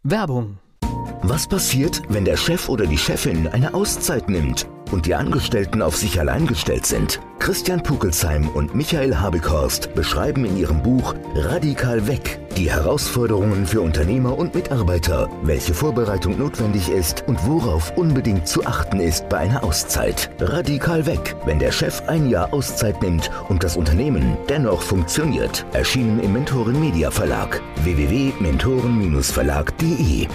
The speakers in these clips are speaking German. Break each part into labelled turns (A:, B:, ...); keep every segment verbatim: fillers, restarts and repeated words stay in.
A: Werbung.
B: Was passiert, wenn der Chef oder die Chefin eine Auszeit nimmt und die Angestellten auf sich allein gestellt sind? Christian Pukelsheim und Michael Habekhorst beschreiben in ihrem Buch Radikal weg die Herausforderungen für Unternehmer und Mitarbeiter, welche Vorbereitung notwendig ist und worauf unbedingt zu achten ist bei einer Auszeit. Radikal weg, wenn der Chef ein Jahr Auszeit nimmt und das Unternehmen dennoch funktioniert. Erschienen im Mentoren Media Verlag. w w w punkt mentoren verlag punkt de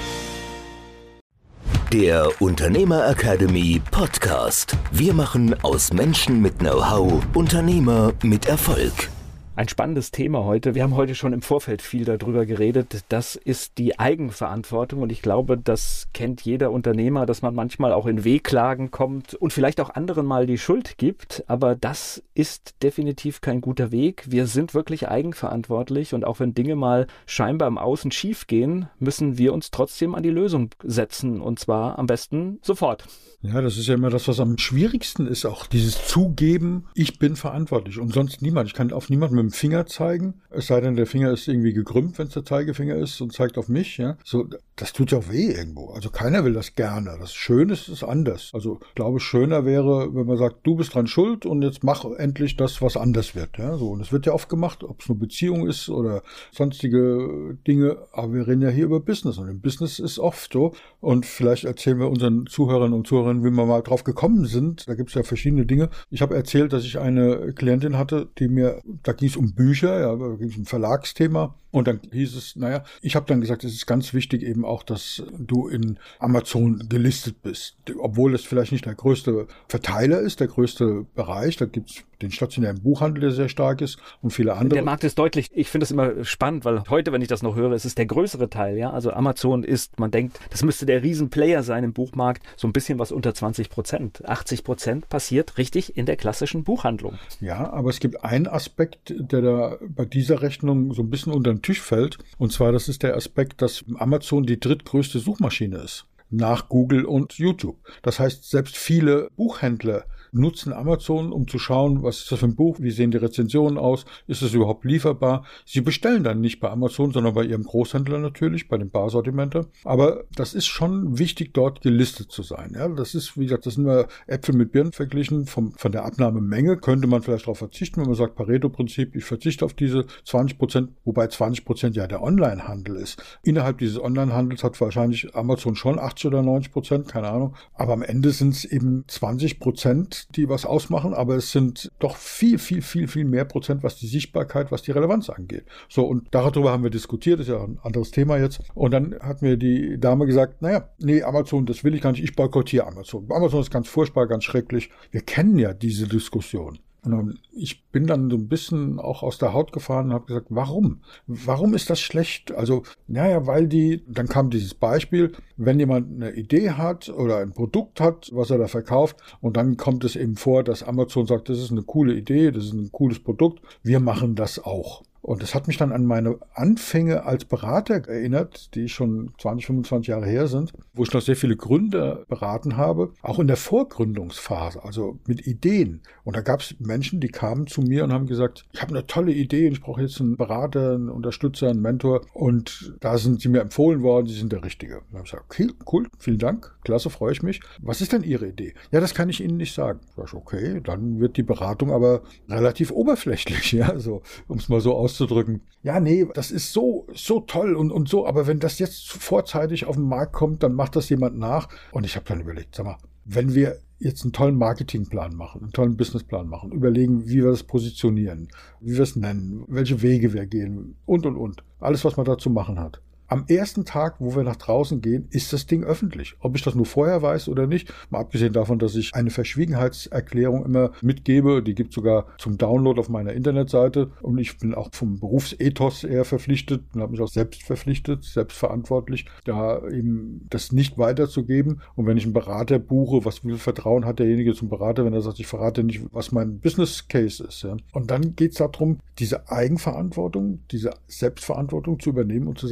B: Der Unternehmer Academy Podcast. Wir machen aus Menschen mit Know-how Unternehmer mit Erfolg.
A: Ein spannendes Thema heute. Wir haben heute schon im Vorfeld viel darüber geredet. Das ist die Eigenverantwortung und ich glaube, das kennt jeder Unternehmer, dass man manchmal auch in Wehklagen kommt und vielleicht auch anderen mal die Schuld gibt. Aber das ist definitiv kein guter Weg. Wir sind wirklich eigenverantwortlich und auch wenn Dinge mal scheinbar im Außen schief gehen, müssen wir uns trotzdem an die Lösung setzen und zwar am besten sofort.
C: Ja, das ist ja immer das, was am schwierigsten ist, auch dieses Zugeben, ich bin verantwortlich und sonst niemand. Ich kann auf niemanden mit dem Finger zeigen, es sei denn, der Finger ist irgendwie gekrümmt, wenn es der Zeigefinger ist und zeigt auf mich. Ja, so, das tut ja auch weh irgendwo. Also keiner will das gerne. Das Schöne ist, ist anders. Also ich glaube, schöner wäre, wenn man sagt, du bist dran schuld und jetzt mach endlich das, was anders wird. Ja, so. Und es wird ja oft gemacht, ob es eine Beziehung ist oder sonstige Dinge. Aber wir reden ja hier über Business und im Business ist oft so. Und vielleicht erzählen wir unseren Zuhörern und Zuhörern, wie wir mal drauf gekommen sind. Da gibt es ja verschiedene Dinge. Ich habe erzählt, dass ich eine Klientin hatte, die mir, da ging es um Bücher, ja, da ging es um Verlagsthema. Und dann hieß es, naja, ich habe dann gesagt, es ist ganz wichtig eben auch, dass du in Amazon gelistet bist. Obwohl es vielleicht nicht der größte Verteiler ist, der größte Bereich. Da gibt es den stationären Buchhandel, der sehr stark ist und viele andere.
A: Der Markt ist deutlich, ich finde es immer spannend, weil heute, wenn ich das noch höre, ist es der größere Teil. Ja, also Amazon ist, man denkt, das müsste der Riesenplayer sein im Buchmarkt, so ein bisschen was unter zwanzig Prozent. achtzig Prozent passiert richtig in der klassischen Buchhandlung.
C: Ja, aber es gibt einen Aspekt, der da bei dieser Rechnung so ein bisschen unter den Tisch fällt. Und zwar, das ist der Aspekt, dass Amazon die drittgrößte Suchmaschine ist. Nach Google und YouTube. Das heißt, selbst viele Buchhändler nutzen Amazon, um zu schauen, was ist das für ein Buch, wie sehen die Rezensionen aus, ist es überhaupt lieferbar. Sie bestellen dann nicht bei Amazon, sondern bei ihrem Großhändler natürlich, bei dem Barsortimenter. Aber das ist schon wichtig, dort gelistet zu sein. Ja, das ist, wie gesagt, das sind wir Äpfel mit Birnen verglichen. Vom, von der Abnahmemenge könnte man vielleicht darauf verzichten, wenn man sagt, Pareto-Prinzip, ich verzichte auf diese zwanzig Prozent, wobei zwanzig Prozent ja der Onlinehandel ist. Innerhalb dieses Onlinehandels hat wahrscheinlich Amazon schon achtzig oder neunzig Prozent, keine Ahnung. Aber am Ende sind es eben zwanzig Prozent, die was ausmachen, aber es sind doch viel, viel, viel, viel mehr Prozent, was die Sichtbarkeit, was die Relevanz angeht. So, und darüber haben wir diskutiert, ist ja ein anderes Thema jetzt. Und dann hat mir die Dame gesagt, naja, nee, Amazon, das will ich gar nicht, ich boykottiere Amazon. Amazon ist ganz furchtbar, ganz schrecklich. Wir kennen ja diese Diskussion. Und ich bin dann so ein bisschen auch aus der Haut gefahren und habe gesagt, warum? Warum ist das schlecht? Also, naja, weil die, dann kam dieses Beispiel, wenn jemand eine Idee hat oder ein Produkt hat, was er da verkauft, und dann kommt es eben vor, dass Amazon sagt, das ist eine coole Idee, das ist ein cooles Produkt, wir machen das auch. Und das hat mich dann an meine Anfänge als Berater erinnert, die schon zwanzig, fünfundzwanzig Jahre her sind, wo ich noch sehr viele Gründer beraten habe, auch in der Vorgründungsphase, also mit Ideen. Und da gab es Menschen, die kamen zu mir und haben gesagt, ich habe eine tolle Idee und ich brauche jetzt einen Berater, einen Unterstützer, einen Mentor. Und da sind sie mir empfohlen worden, sie sind der Richtige. Und dann habe ich gesagt, okay, cool, vielen Dank, klasse, freue ich mich. Was ist denn Ihre Idee? Ja, das kann ich Ihnen nicht sagen. Ich sage, okay, dann wird die Beratung aber relativ oberflächlich, ja, so, um es mal so auszudrücken. auszudrücken. Ja, nee, das ist so, so toll und, und so, aber wenn das jetzt vorzeitig auf den Markt kommt, dann macht das jemand nach. Und ich habe dann überlegt, sag mal, wenn wir jetzt einen tollen Marketingplan machen, einen tollen Businessplan machen, überlegen, wie wir das positionieren, wie wir es nennen, welche Wege wir gehen und, und, und. Alles, was man da zu machen hat. Am ersten Tag, wo wir nach draußen gehen, ist das Ding öffentlich. Ob ich das nur vorher weiß oder nicht, mal abgesehen davon, dass ich eine Verschwiegenheitserklärung immer mitgebe, die gibt es sogar zum Download auf meiner Internetseite und ich bin auch vom Berufsethos eher verpflichtet und habe mich auch selbst verpflichtet, selbstverantwortlich, da eben das nicht weiterzugeben. Und wenn ich einen Berater buche, was wie viel Vertrauen hat derjenige zum Berater, wenn er sagt, ich verrate nicht, was mein Business Case ist. Ja? Und dann geht es darum, diese Eigenverantwortung, diese Selbstverantwortung zu übernehmen und zu sagen,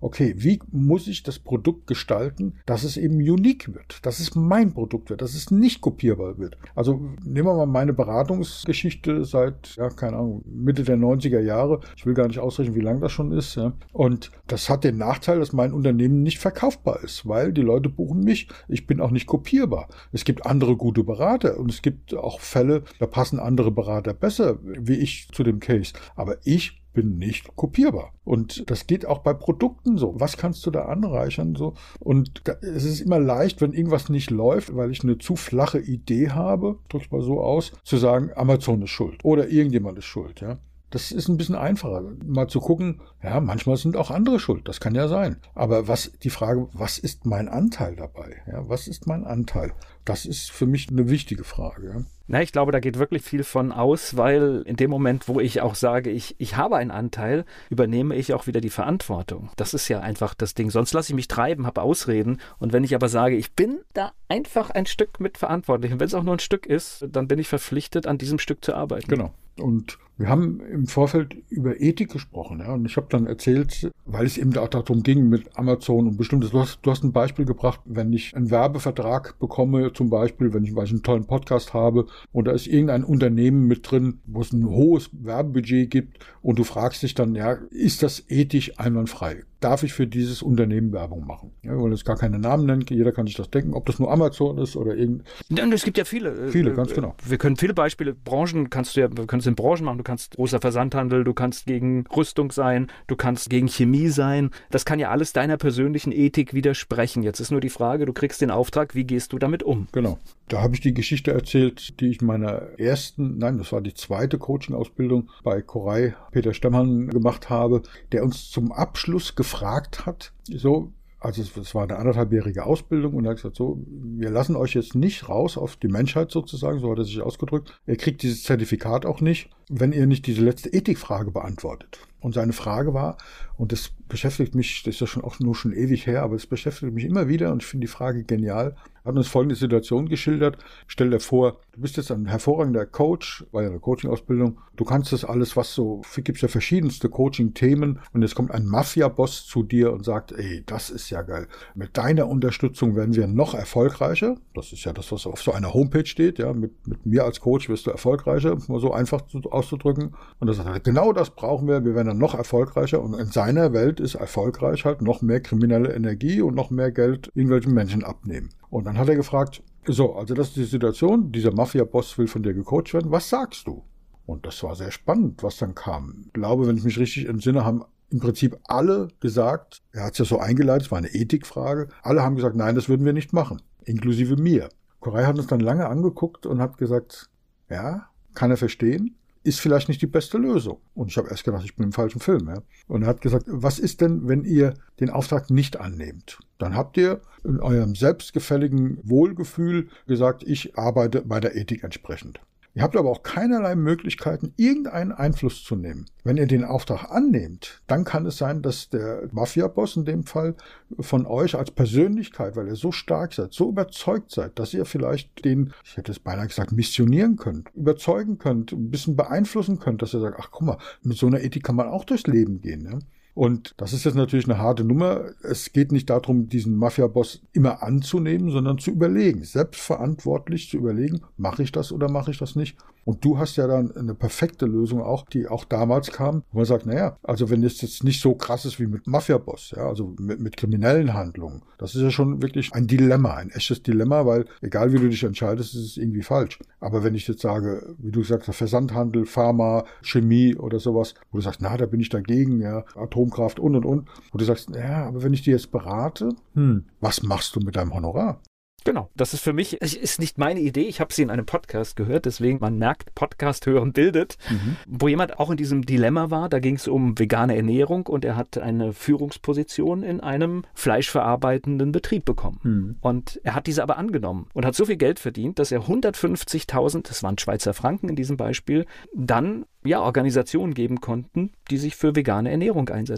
C: okay, wie muss ich das Produkt gestalten, dass es eben unique wird, dass es mein Produkt wird, dass es nicht kopierbar wird. Also nehmen wir mal meine Beratungsgeschichte seit, ja, keine Ahnung, Mitte der neunziger Jahre. Ich will gar nicht ausrechnen, wie lang das schon ist. Ja. Und das hat den Nachteil, dass mein Unternehmen nicht verkaufbar ist, weil die Leute buchen mich. Ich bin auch nicht kopierbar. Es gibt andere gute Berater und es gibt auch Fälle, da passen andere Berater besser, wie ich zu dem Case. Aber ich bin nicht kopierbar. Und das geht auch bei Produkten so. Was kannst du da anreichern? So? Und da, es ist immer leicht, wenn irgendwas nicht läuft, weil ich eine zu flache Idee habe, drück's mal so aus, zu sagen, Amazon ist schuld oder irgendjemand ist schuld. Ja? Das ist ein bisschen einfacher, mal zu gucken, ja, manchmal sind auch andere schuld, das kann ja sein. Aber was die Frage, was ist mein Anteil dabei? Ja, was ist mein Anteil? Das ist für mich eine wichtige Frage. Ja.
A: Na, ich glaube, da geht wirklich viel von aus, weil in dem Moment, wo ich auch sage, ich, ich habe einen Anteil, übernehme ich auch wieder die Verantwortung. Das ist ja einfach das Ding. Sonst lasse ich mich treiben, habe Ausreden. Und wenn ich aber sage, ich bin da einfach ein Stück mit verantwortlich, und wenn es auch nur ein Stück ist, dann bin ich verpflichtet, an diesem Stück zu arbeiten.
C: Genau. Und wir haben im Vorfeld über Ethik gesprochen. Ja, und ich habe dann erzählt, weil es eben auch darum ging mit Amazon und bestimmtes, du hast, du hast ein Beispiel gebracht, wenn ich einen Werbevertrag bekomme, zum Beispiel, wenn ich, weil ich einen tollen Podcast habe und da ist irgendein Unternehmen mit drin, wo es ein hohes Werbebudget gibt und du fragst dich dann, ja, ist das ethisch einwandfrei? Darf ich für dieses Unternehmen Werbung machen? Ja, wir wollen jetzt gar keine Namen nennen, jeder kann sich das denken, ob das nur Amazon ist oder irgend...
A: Ja, es gibt ja viele.
C: Viele, ganz genau.
A: Wir können viele Beispiele, Branchen kannst du ja, wir können es in Branchen machen, du kannst großer Versandhandel, du kannst gegen Rüstung sein, du kannst gegen Chemie sein. Das kann ja alles deiner persönlichen Ethik widersprechen. Jetzt ist nur die Frage, du kriegst den Auftrag, wie gehst du damit um?
C: Genau. Da habe ich die Geschichte erzählt, die ich meiner ersten, nein, das war die zweite Coaching-Ausbildung bei Koray Peter Stemmmann gemacht habe, der uns zum Abschluss gefragt hat, so, also es war eine anderthalbjährige Ausbildung und er hat gesagt, so, wir lassen euch jetzt nicht raus auf die Menschheit sozusagen, so hat er sich ausgedrückt. Ihr kriegt dieses Zertifikat auch nicht, wenn ihr nicht diese letzte Ethikfrage beantwortet. Und seine Frage war, und das beschäftigt mich, das ist ja schon auch nur schon ewig her, aber es beschäftigt mich immer wieder und ich finde die Frage genial. Er hat uns folgende Situation geschildert. Stell dir vor, du bist jetzt ein hervorragender Coach, war ja eine Coaching-Ausbildung. Du kannst das alles, was so, gibt es ja verschiedenste Coaching-Themen und jetzt kommt ein Mafia-Boss zu dir und sagt, ey, das ist ja geil. Mit deiner Unterstützung werden wir noch erfolgreicher. Das ist ja das, was auf so einer Homepage steht. Ja, mit, mit mir als Coach wirst du erfolgreicher, um mal so einfach auszudrücken. Und er sagt, genau das brauchen wir. Wir werden dann noch erfolgreicher und in seiner Welt ist erfolgreich halt noch mehr kriminelle Energie und noch mehr Geld irgendwelchen Menschen abnehmen. Und dann hat er gefragt, so, also das ist die Situation, dieser Mafia-Boss will von dir gecoacht werden, was sagst du? Und das war sehr spannend, was dann kam. Ich glaube, wenn ich mich richtig entsinne, haben im Prinzip alle gesagt, er hat es ja so eingeleitet, es war eine Ethikfrage, alle haben gesagt, nein, das würden wir nicht machen, inklusive mir. Koray hat uns dann lange angeguckt und hat gesagt, ja, kann er verstehen, ist vielleicht nicht die beste Lösung. Und ich habe erst gedacht, ich bin im falschen Film. Ja. Und er hat gesagt, was ist denn, wenn ihr den Auftrag nicht annehmt? Dann habt ihr in eurem selbstgefälligen Wohlgefühl gesagt, ich arbeite bei der Ethik entsprechend. Ihr habt aber auch keinerlei Möglichkeiten, irgendeinen Einfluss zu nehmen. Wenn ihr den Auftrag annehmt, dann kann es sein, dass der Mafia-Boss in dem Fall von euch als Persönlichkeit, weil ihr so stark seid, so überzeugt seid, dass ihr vielleicht den, ich hätte es beinahe gesagt, missionieren könnt, überzeugen könnt, ein bisschen beeinflussen könnt, dass ihr sagt, ach guck mal, mit so einer Ethik kann man auch durchs Leben gehen. Ne? Und das ist jetzt natürlich eine harte Nummer. Es geht nicht darum, diesen Mafia-Boss immer anzunehmen, sondern zu überlegen, selbstverantwortlich zu überlegen, mache ich das oder mache ich das nicht? Und du hast ja dann eine perfekte Lösung auch, die auch damals kam, wo man sagt, naja, also wenn es jetzt nicht so krass ist wie mit Mafia-Boss, ja, also mit, mit kriminellen Handlungen, das ist ja schon wirklich ein Dilemma, ein echtes Dilemma, weil egal wie du dich entscheidest, ist es irgendwie falsch. Aber wenn ich jetzt sage, wie du gesagt hast, Versandhandel, Pharma, Chemie oder sowas, wo du sagst, na, da bin ich dagegen, ja, Atomkraft und und und, wo du sagst, ja, aber wenn ich dir jetzt berate, hm, was machst du mit deinem Honorar?
A: Genau, das ist für mich, ist nicht meine Idee, ich habe sie in einem Podcast gehört, deswegen, man merkt, Podcast hören bildet, mhm. wo jemand auch in diesem Dilemma war, da ging es um vegane Ernährung und er hat eine Führungsposition in einem fleischverarbeitenden Betrieb bekommen. Mhm. Und er hat diese aber angenommen und hat so viel Geld verdient, dass er hundertfünfzigtausend, das waren Schweizer Franken in diesem Beispiel, dann ja Organisationen geben konnten, die sich für vegane Ernährung einsetzen.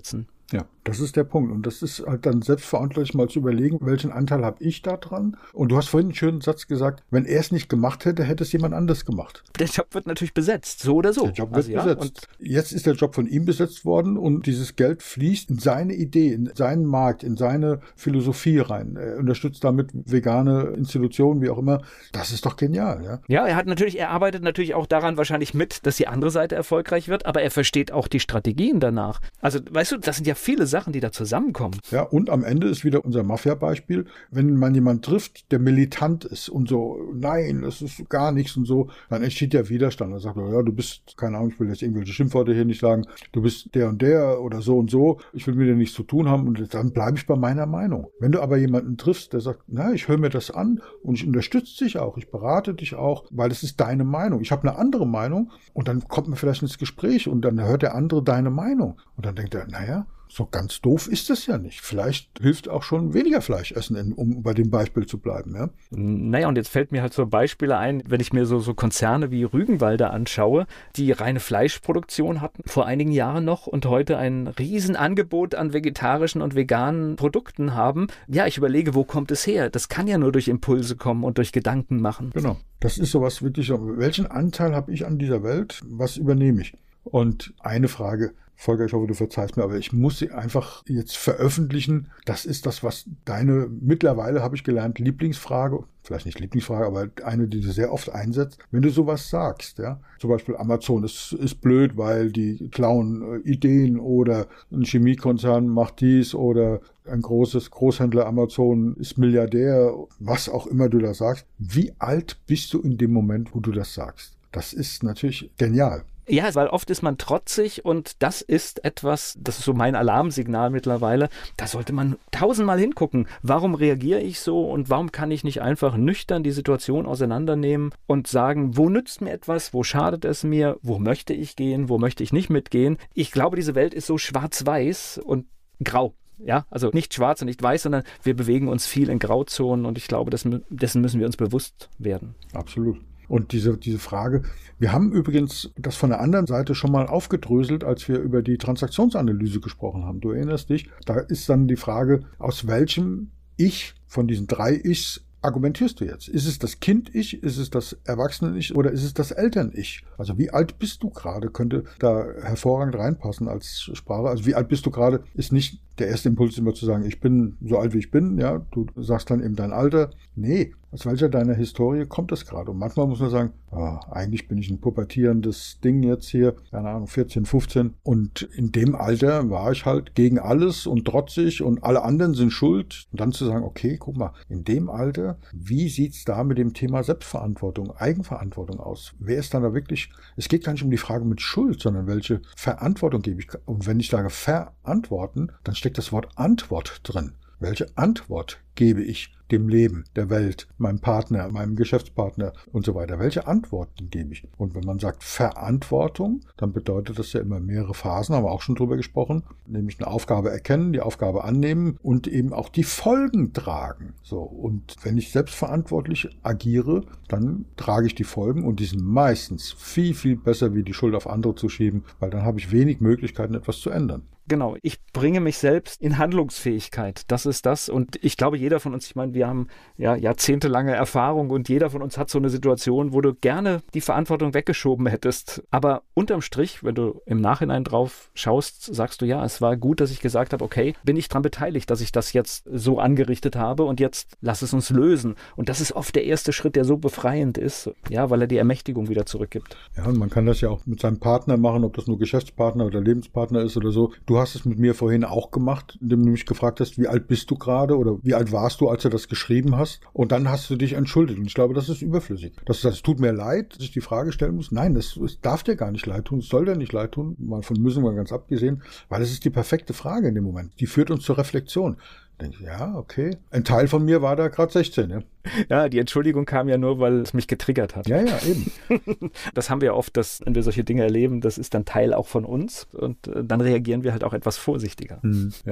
C: Ja, das ist der Punkt. Und das ist halt dann selbstverantwortlich mal zu überlegen, welchen Anteil habe ich da dran? Und du hast vorhin einen schönen Satz gesagt, wenn er es nicht gemacht hätte, hätte es jemand anders gemacht.
A: Der Job wird natürlich besetzt, so oder so.
C: Der Job wird
A: also, ja,
C: besetzt. Und jetzt ist der Job von ihm besetzt worden und dieses Geld fließt in seine Idee, in seinen Markt, in seine Philosophie rein. Er unterstützt damit vegane Institutionen, wie auch immer. Das ist doch genial, ja?
A: Ja, er hat natürlich, er arbeitet natürlich auch daran wahrscheinlich mit, dass die andere Seite erfolgreich wird, aber er versteht auch die Strategien danach. Also, weißt du, das sind ja viele Sachen, die da zusammenkommen.
C: Ja, und am Ende ist wieder unser Mafia-Beispiel, wenn man jemanden trifft, der militant ist und so, nein, das ist gar nichts und so, dann entsteht ja Widerstand. Dann sagt er, ja, du bist, keine Ahnung, ich will jetzt irgendwelche Schimpfworte hier nicht sagen, du bist der und der oder so und so, ich will mit dir nichts zu tun haben und dann bleibe ich bei meiner Meinung. Wenn du aber jemanden triffst, der sagt, na, ich höre mir das an und ich unterstütze dich auch, ich berate dich auch, weil es ist deine Meinung. Ich habe eine andere Meinung und dann kommt man vielleicht ins Gespräch und dann hört der andere deine Meinung und dann denkt er, naja, so ganz doof ist das ja nicht. Vielleicht hilft auch schon weniger Fleisch essen, um bei dem Beispiel zu bleiben. Ja?
A: Naja, und jetzt fällt mir halt so Beispiele ein, wenn ich mir so, so Konzerne wie Rügenwalder anschaue, die reine Fleischproduktion hatten, vor einigen Jahren noch und heute ein Riesenangebot an vegetarischen und veganen Produkten haben. Ja, ich überlege, wo kommt es her? Das kann ja nur durch Impulse kommen und durch Gedanken machen.
C: Genau. Das ist sowas wirklich, welchen Anteil habe ich an dieser Welt? Was übernehme ich? Und eine Frage, Volker, ich hoffe, du verzeihst mir, aber ich muss sie einfach jetzt veröffentlichen. Das ist das, was deine, mittlerweile habe ich gelernt, Lieblingsfrage, vielleicht nicht Lieblingsfrage, aber eine, die du sehr oft einsetzt, wenn du sowas sagst, ja. Zum Beispiel Amazon, es ist blöd, weil die klauen äh, Ideen oder ein Chemiekonzern macht dies oder ein großes Großhändler Amazon ist Milliardär, was auch immer du da sagst. Wie alt bist du in dem Moment, wo du das sagst? Das ist natürlich genial.
A: Ja, weil oft ist man trotzig und das ist etwas, das ist so mein Alarmsignal mittlerweile, da sollte man tausendmal hingucken. Warum reagiere ich so und warum kann ich nicht einfach nüchtern die Situation auseinandernehmen und sagen, wo nützt mir etwas, wo schadet es mir, wo möchte ich gehen, wo möchte ich nicht mitgehen. Ich glaube, diese Welt ist so schwarz-weiß und grau. Ja, also nicht schwarz und nicht weiß, sondern wir bewegen uns viel in Grauzonen und ich glaube, das, dessen müssen wir uns bewusst werden.
C: Absolut. Und diese, diese Frage, wir haben übrigens das von der anderen Seite schon mal aufgedröselt, als wir über die Transaktionsanalyse gesprochen haben. Du erinnerst dich, da ist dann die Frage, aus welchem Ich von diesen drei Ichs argumentierst du jetzt? Ist es das Kind-Ich, ist es das Erwachsene-Ich oder ist es das Eltern-Ich? Also wie alt bist du gerade, könnte da hervorragend reinpassen als Sprache. Also wie alt bist du gerade, ist nicht der erste Impuls immer zu sagen, ich bin so alt wie ich bin, ja, du sagst dann eben dein Alter. Nee, aus welcher deiner Historie kommt das gerade? Und manchmal muss man sagen, ah, eigentlich bin ich ein pubertierendes Ding jetzt hier, keine Ahnung, vierzehn, fünfzehn. Und in dem Alter war ich halt gegen alles und trotzig und alle anderen sind schuld. Und dann zu sagen, okay, guck mal, in dem Alter, wie sieht's da mit dem Thema Selbstverantwortung, Eigenverantwortung aus? Wer ist dann da wirklich, es geht gar nicht um die Frage mit Schuld, sondern welche Verantwortung gebe ich? Und wenn ich sage verantworten, dann steckt das Wort Antwort drin. Welche Antwort gebe ich dem Leben, der Welt, meinem Partner, meinem Geschäftspartner und so weiter? Welche Antworten gebe ich? Und wenn man sagt Verantwortung, dann bedeutet das ja immer mehrere Phasen, haben wir auch schon drüber gesprochen, nämlich eine Aufgabe erkennen, die Aufgabe annehmen und eben auch die Folgen tragen. So, und wenn ich selbstverantwortlich agiere, dann trage ich die Folgen und die sind meistens viel, viel besser, wie die Schuld auf andere zu schieben, weil dann habe ich wenig Möglichkeiten, etwas zu ändern.
A: Genau, ich bringe mich selbst in Handlungsfähigkeit. Das ist das. Und ich glaube, jeder von uns, ich meine, wir haben ja jahrzehntelange Erfahrung und jeder von uns hat so eine Situation, wo du gerne die Verantwortung weggeschoben hättest. Aber unterm Strich, wenn du im Nachhinein drauf schaust, sagst du, ja, es war gut, dass ich gesagt habe, okay, bin ich dran beteiligt, dass ich das jetzt so angerichtet habe und jetzt lass es uns lösen. Und das ist oft der erste Schritt, der so befreiend ist, ja, weil er die Ermächtigung wieder zurückgibt.
C: Ja, und man kann das ja auch mit seinem Partner machen, ob das nur Geschäftspartner oder Lebenspartner ist oder so. Du hast es mit mir vorhin auch gemacht, indem du mich gefragt hast, wie alt bist du gerade oder wie alt warst du, als du das geschrieben hast? Und dann hast du dich entschuldigt. Und ich glaube, das ist überflüssig. Das, das tut mir leid, dass ich die Frage stellen muss. Nein, das, das darf dir gar nicht leid tun. Es soll dir nicht leid tun. Mal von müssen wir ganz abgesehen, weil es ist die perfekte Frage in dem Moment. Die führt uns zur Reflexion. Denke ich, ja, okay. Ein Teil von mir war da gerade sechzehn, ja.
A: Ja, die Entschuldigung kam ja nur, weil es mich getriggert hat.
C: Ja, ja, eben.
A: Das haben wir oft, dass, wenn wir solche Dinge erleben, das ist dann Teil auch von uns und äh, dann reagieren wir halt auch etwas vorsichtiger.
C: Mhm. Ja, genau.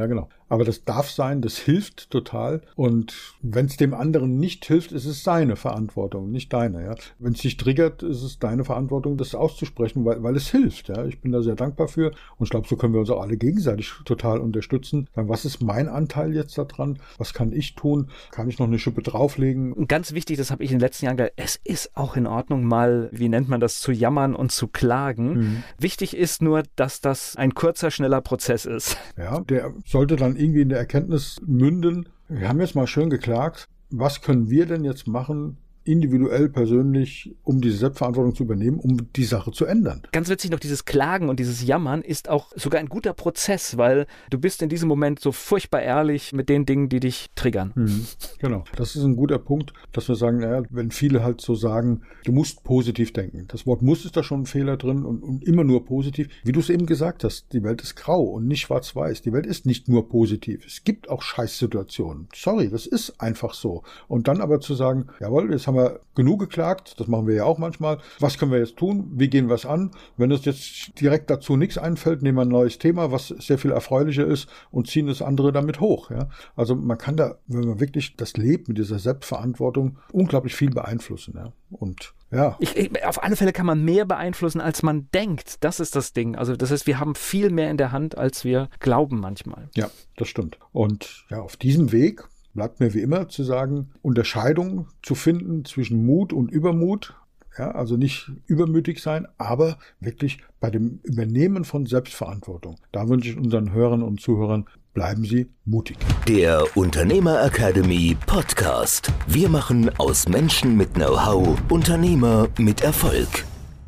C: Aber das darf sein, das hilft total. Und wenn es dem anderen nicht hilft, ist es seine Verantwortung, nicht deine. Ja? Wenn es dich triggert, ist es deine Verantwortung, das auszusprechen, weil, weil es hilft. Ja? Ich bin da sehr dankbar für. Und ich glaube, so können wir uns auch alle gegenseitig total unterstützen. Dann, was ist mein Anteil jetzt daran? Was kann ich tun? Kann ich noch eine Schippe drauflegen?
A: Und ganz wichtig, das habe ich in den letzten Jahren gelernt, es ist auch in Ordnung, mal, wie nennt man das, zu jammern und zu klagen. Mhm. Wichtig ist nur, dass das ein kurzer, schneller Prozess ist.
C: Ja, der sollte dann irgendwie in der Erkenntnis münden. Wir haben jetzt mal schön geklagt. Was können wir denn jetzt machen, individuell, persönlich, um diese Selbstverantwortung zu übernehmen, um die Sache zu ändern?
A: Ganz witzig noch, dieses Klagen und dieses Jammern ist auch sogar ein guter Prozess, weil du bist in diesem Moment so furchtbar ehrlich mit den Dingen, die dich triggern.
C: Mhm, genau. Das ist ein guter Punkt, dass wir sagen, naja, wenn viele halt so sagen, du musst positiv denken. Das Wort muss ist da schon ein Fehler drin und, und immer nur positiv. Wie du es eben gesagt hast, die Welt ist grau und nicht schwarz-weiß. Die Welt ist nicht nur positiv. Es gibt auch Scheißsituationen. Sorry, das ist einfach so. Und dann aber zu sagen, jawohl, jetzt haben wir genug geklagt, das machen wir ja auch manchmal. Was können wir jetzt tun? Wie gehen wir es an? Wenn uns jetzt direkt dazu nichts einfällt, nehmen wir ein neues Thema, was sehr viel erfreulicher ist und ziehen das andere damit hoch. Ja? Also man kann da, wenn man wirklich das lebt mit dieser Selbstverantwortung, unglaublich viel beeinflussen. Ja? Und ja.
A: Ich, ich, auf alle Fälle kann man mehr beeinflussen, als man denkt. Das ist das Ding. Also das heißt, wir haben viel mehr in der Hand, als wir glauben manchmal.
C: Ja, das stimmt. Und ja, auf diesem Weg bleibt mir wie immer zu sagen, Unterscheidung zu finden zwischen Mut und Übermut. Ja, also nicht übermütig sein, aber wirklich bei dem Übernehmen von Selbstverantwortung. Da wünsche ich unseren Hörern und Zuhörern, bleiben Sie mutig.
B: Der Unternehmer Academy Podcast. Wir machen aus Menschen mit Know-how Unternehmer mit Erfolg.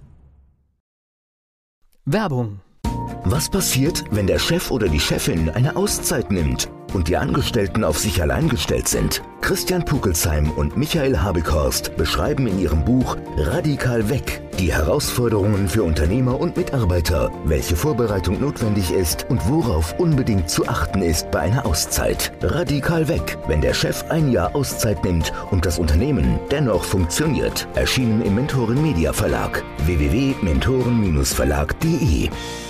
A: Werbung.
B: Was passiert, wenn der Chef oder die Chefin eine Auszeit nimmt und die Angestellten auf sich allein gestellt sind? Christian Pukelsheim und Michael Habekhorst beschreiben in ihrem Buch Radikal weg die Herausforderungen für Unternehmer und Mitarbeiter, welche Vorbereitung notwendig ist und worauf unbedingt zu achten ist bei einer Auszeit. Radikal weg, wenn der Chef ein Jahr Auszeit nimmt und das Unternehmen dennoch funktioniert. Erschienen im Mentoren Media Verlag. w w w punkt mentoren Bindestrich verlag punkt de